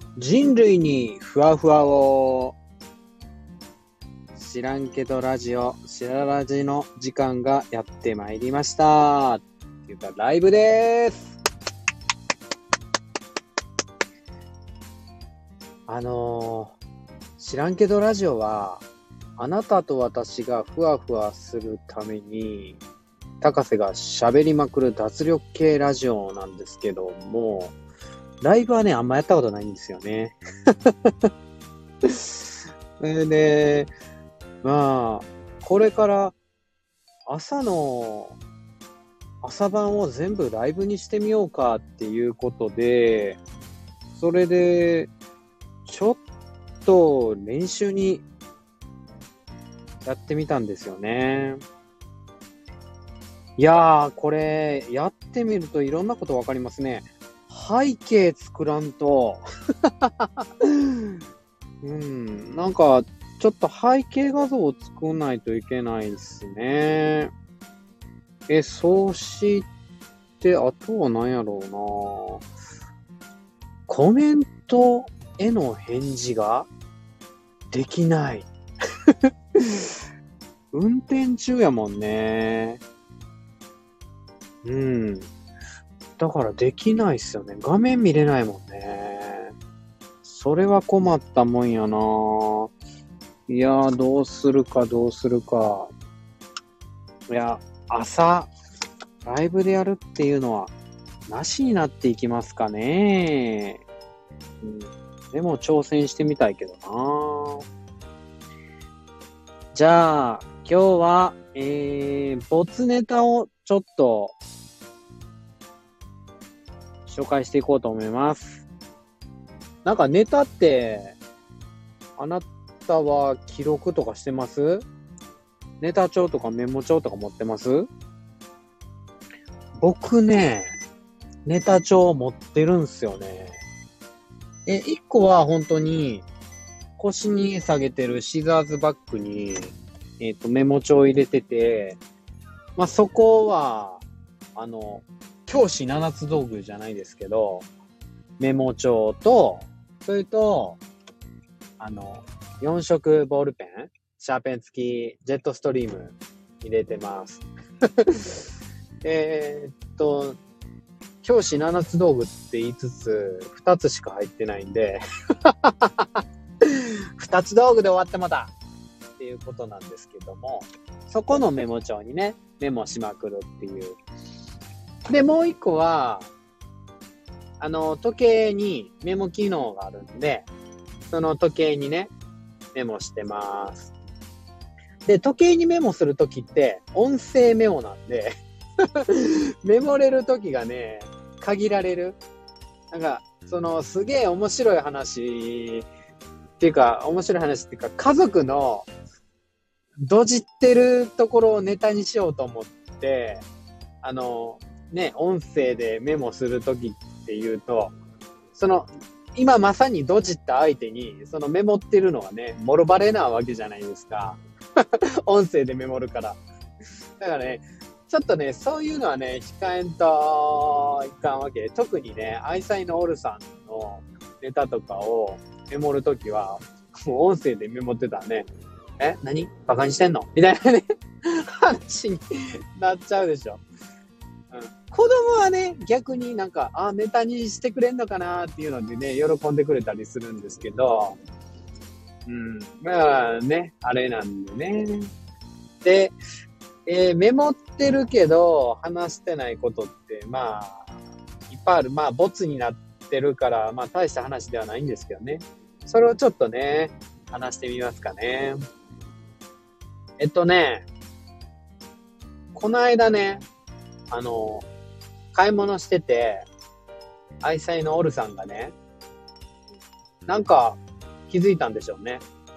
人類にふわふわを。知らんけどラジオ、しららじの時間がやってまいりました。っていうかライブです。知らんけどラジオはあなたと私がふわふわするために高瀬が喋りまくる脱力系ラジオなんですけども、ライブはねあんまやったことないんですよね。で、まあこれから朝晩を全部ライブにしてみようかっていうことで、それでちょっと練習にやってみたんですよね。いやー、これやってみるといろんなことわかりますね。背景作らんとなんかちょっと背景画像を作んないといけないですね。そうして、あとは何やろうな。コメントへの返事ができない。運転中やもんね。だからできないっすよね。画面見れないもんね。それは困ったもんやな。いやー、どうするか。いや、朝、ライブでやるっていうのは、なしになっていきますかね。でも挑戦してみたいけどな。じゃあ、今日は、没ネタをちょっと紹介していこうと思います。なんかネタって、あなたは記録とかしてます？ネタ帳とかメモ帳とか持ってます？僕ね、ネタ帳持ってるんすよね。一個は本当に腰に下げてるシザーズバッグに、メモ帳入れてて、まあ、そこは、教師七つ道具じゃないですけど、メモ帳と、それと、4色ボールペン、シャーペン付き、ジェットストリーム入れてます。教師七つ道具って言いつつ、2つしか入ってないんで、2つ道具で終わってまたっていうことなんですけども、そこのメモ帳にね、メモしまくるっていう。で、もう一個は、時計にメモ機能があるんで、その時計にね、メモしてます。で、時計にメモするときって、音声メモなんで、メモれるときがね、限られる。なんか、すげえ面白い話っていうか、家族のドジってるところをネタにしようと思って、音声でメモするときっていうと、今まさにドジった相手に、メモってるのがね、もろバレなわけじゃないですか。音声でメモるから。だからね、ちょっとね、そういうのはね、控えんといかんわけ。特にね、愛妻のオルさんのネタとかをメモるときは、もう音声でメモってたらね、何バカにしてんのみたいなね、話になっちゃうでしょ。子供はね、逆になんか、ネタにしてくれんのかなっていうのでね、喜んでくれたりするんですけど、まあね、あれなんでね。で、メモってるけど、話してないことって、まあ、いっぱいある。まあ、ボツになってるから、まあ、大した話ではないんですけどね。それをちょっとね、話してみますかね。この間ね、買い物してて、愛妻のオルさんがね、なんか気づいたんでしょうね。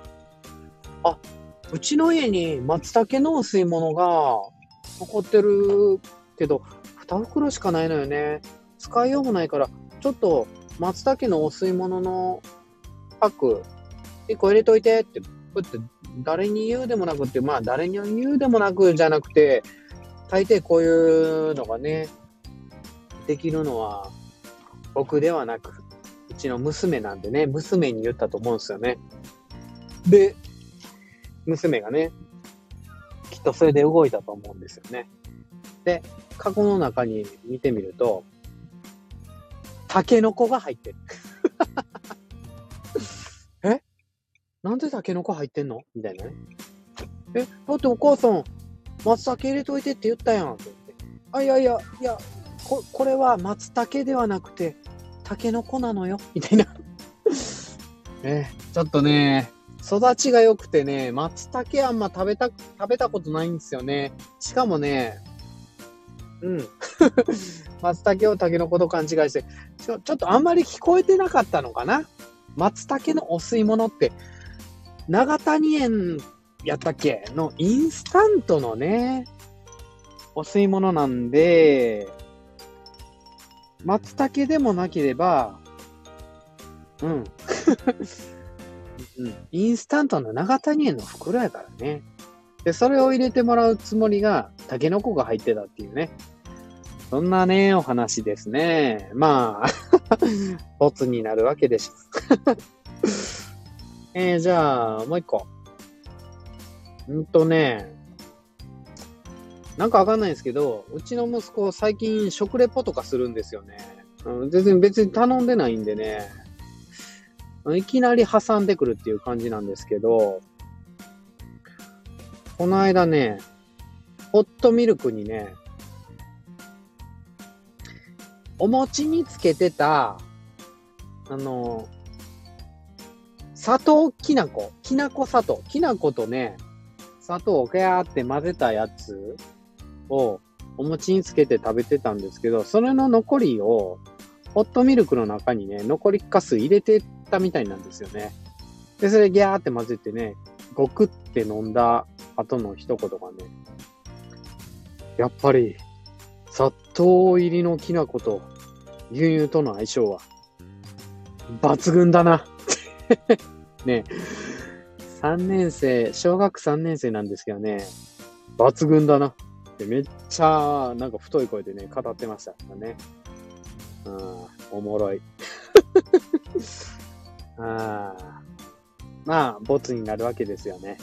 うちの家に松茸のお吸い物が残ってるけど、2袋しかないのよね。使いようもないから、ちょっと松茸のお吸い物のパック1個入れといてって、こうやって誰に言うでもなくって、まあ誰に言うでもなくじゃなくて、大抵こういうのがね、できるのは僕ではなく、 うちの娘なんでね、娘に言ったと思うんですよね。で、娘がね、きっとそれで動いたと思うんですよね。で、カゴの中に見てみると、タケノコが入ってる。え、なんでタケノコ入ってんのみたいなね。だってお母さん、松茸入れといてって言ったやんって言って。いや、これは松茸ではなくて、タケノコなのよ。みたいな。ちょっとね、育ちが良くてね、松茸あんま食べたことないんですよね。しかもね、松茸をタケノコと勘違いして、ちょっとあんまり聞こえてなかったのかな。松茸のお吸い物って、長谷園やったっけのインスタントのね、お吸い物なんで、松茸でもなければ、インスタントの長谷園の袋やからね。で、それを入れてもらうつもりが、タケノコが入ってたっていうね。そんなね、お話ですね。まあ、ボツになるわけでしょ。じゃあ、もう一個。なんかわかんないですけど、うちの息子最近食レポとかするんですよね。全然別に頼んでないんでね。いきなり挟んでくるっていう感じなんですけど、この間ね、ホットミルクにね、お餅につけてた、砂糖きな粉砂糖。きな粉とね、砂糖をガーって混ぜたやつをお餅につけて食べてたんですけど、それの残りをホットミルクの中にね、残りかす入れてたみたいなんですよね。で、それギャーって混ぜてね、ごくって飲んだ後の一言がね、やっぱり砂糖入りのきな粉と牛乳との相性は抜群だな。ね、小学3年生なんですけどね、抜群だなってめっちゃなんか太い声でね、語ってましたね。おもろい。まあ、ボツになるわけですよね。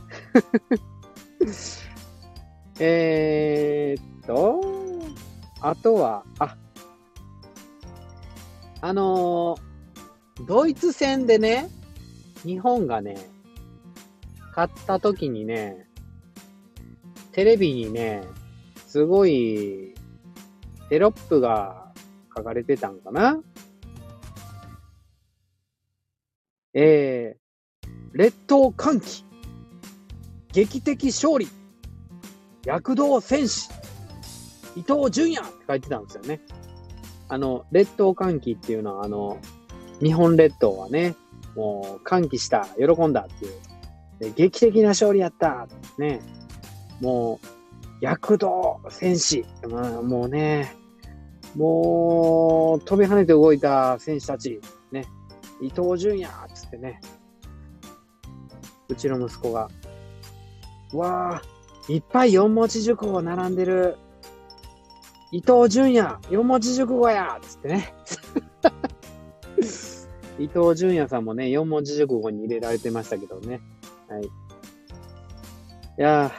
あとは、ドイツ戦でね、日本がね、勝った時にね、テレビにね、すごいテロップが書かれてたんかな。列島歓喜、劇的勝利、躍動戦士、伊東純也って書いてたんですよね。列島歓喜っていうのは、日本列島はね、もう歓喜した、喜んだっていう。で、劇的な勝利やったね。もう、躍動戦士。もうね、もう、飛び跳ねて動いた選手たち。ね。伊東純也つってね。うちの息子が、わー、いっぱい4文字熟語並んでる。伊東純也、4文字熟語やつってね。伊東純也さんもね、4文字熟語に入れられてましたけどね。はい。いや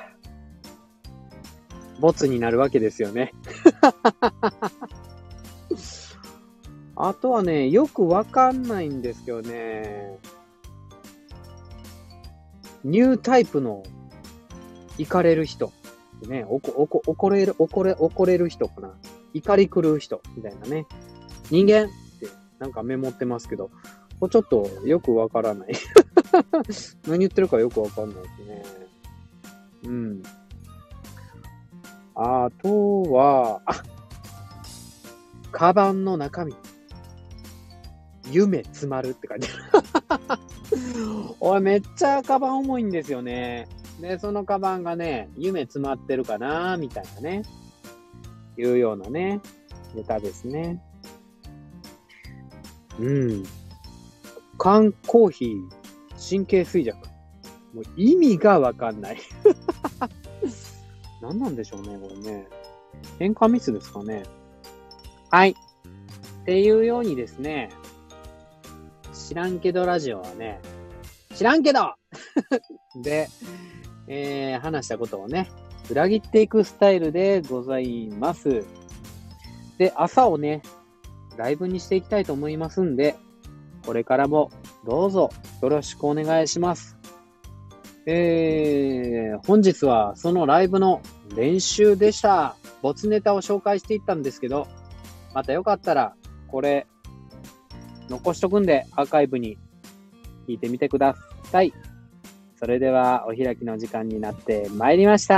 ー、ボツになるわけですよね。あとはね、よくわかんないんですけどね、ニュータイプのイカれる人。ね、怒れる人かな。怒り狂う人みたいなね。人間ってなんかメモってますけど、これちょっとよくわからない。何言ってるかよくわかんないですね。あとは、カバンの中身。夢詰まるって感じ。おい、めっちゃカバン重いんですよね。で、そのカバンがね、夢詰まってるかなみたいなね。いうようなね、ネタですね。缶コーヒー、神経衰弱。もう意味がわかんない。何なんでしょうね、これね。変換ミスですかね。はい。っていうようにですね、 知らんけどラジオはね、知らんけどで、話したことをね、裏切っていくスタイルでございます。で、朝をね、ライブにしていきたいと思いますんで、これからもどうぞよろしくお願いします。本日はそのライブの練習でした。没ネタを紹介していったんですけど、またよかったら、これ、残しとくんで、アーカイブに聞いてみてください。それでは、お開きの時間になってまいりました。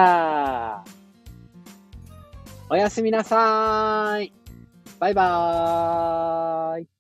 おやすみなさーい。バイバーイ。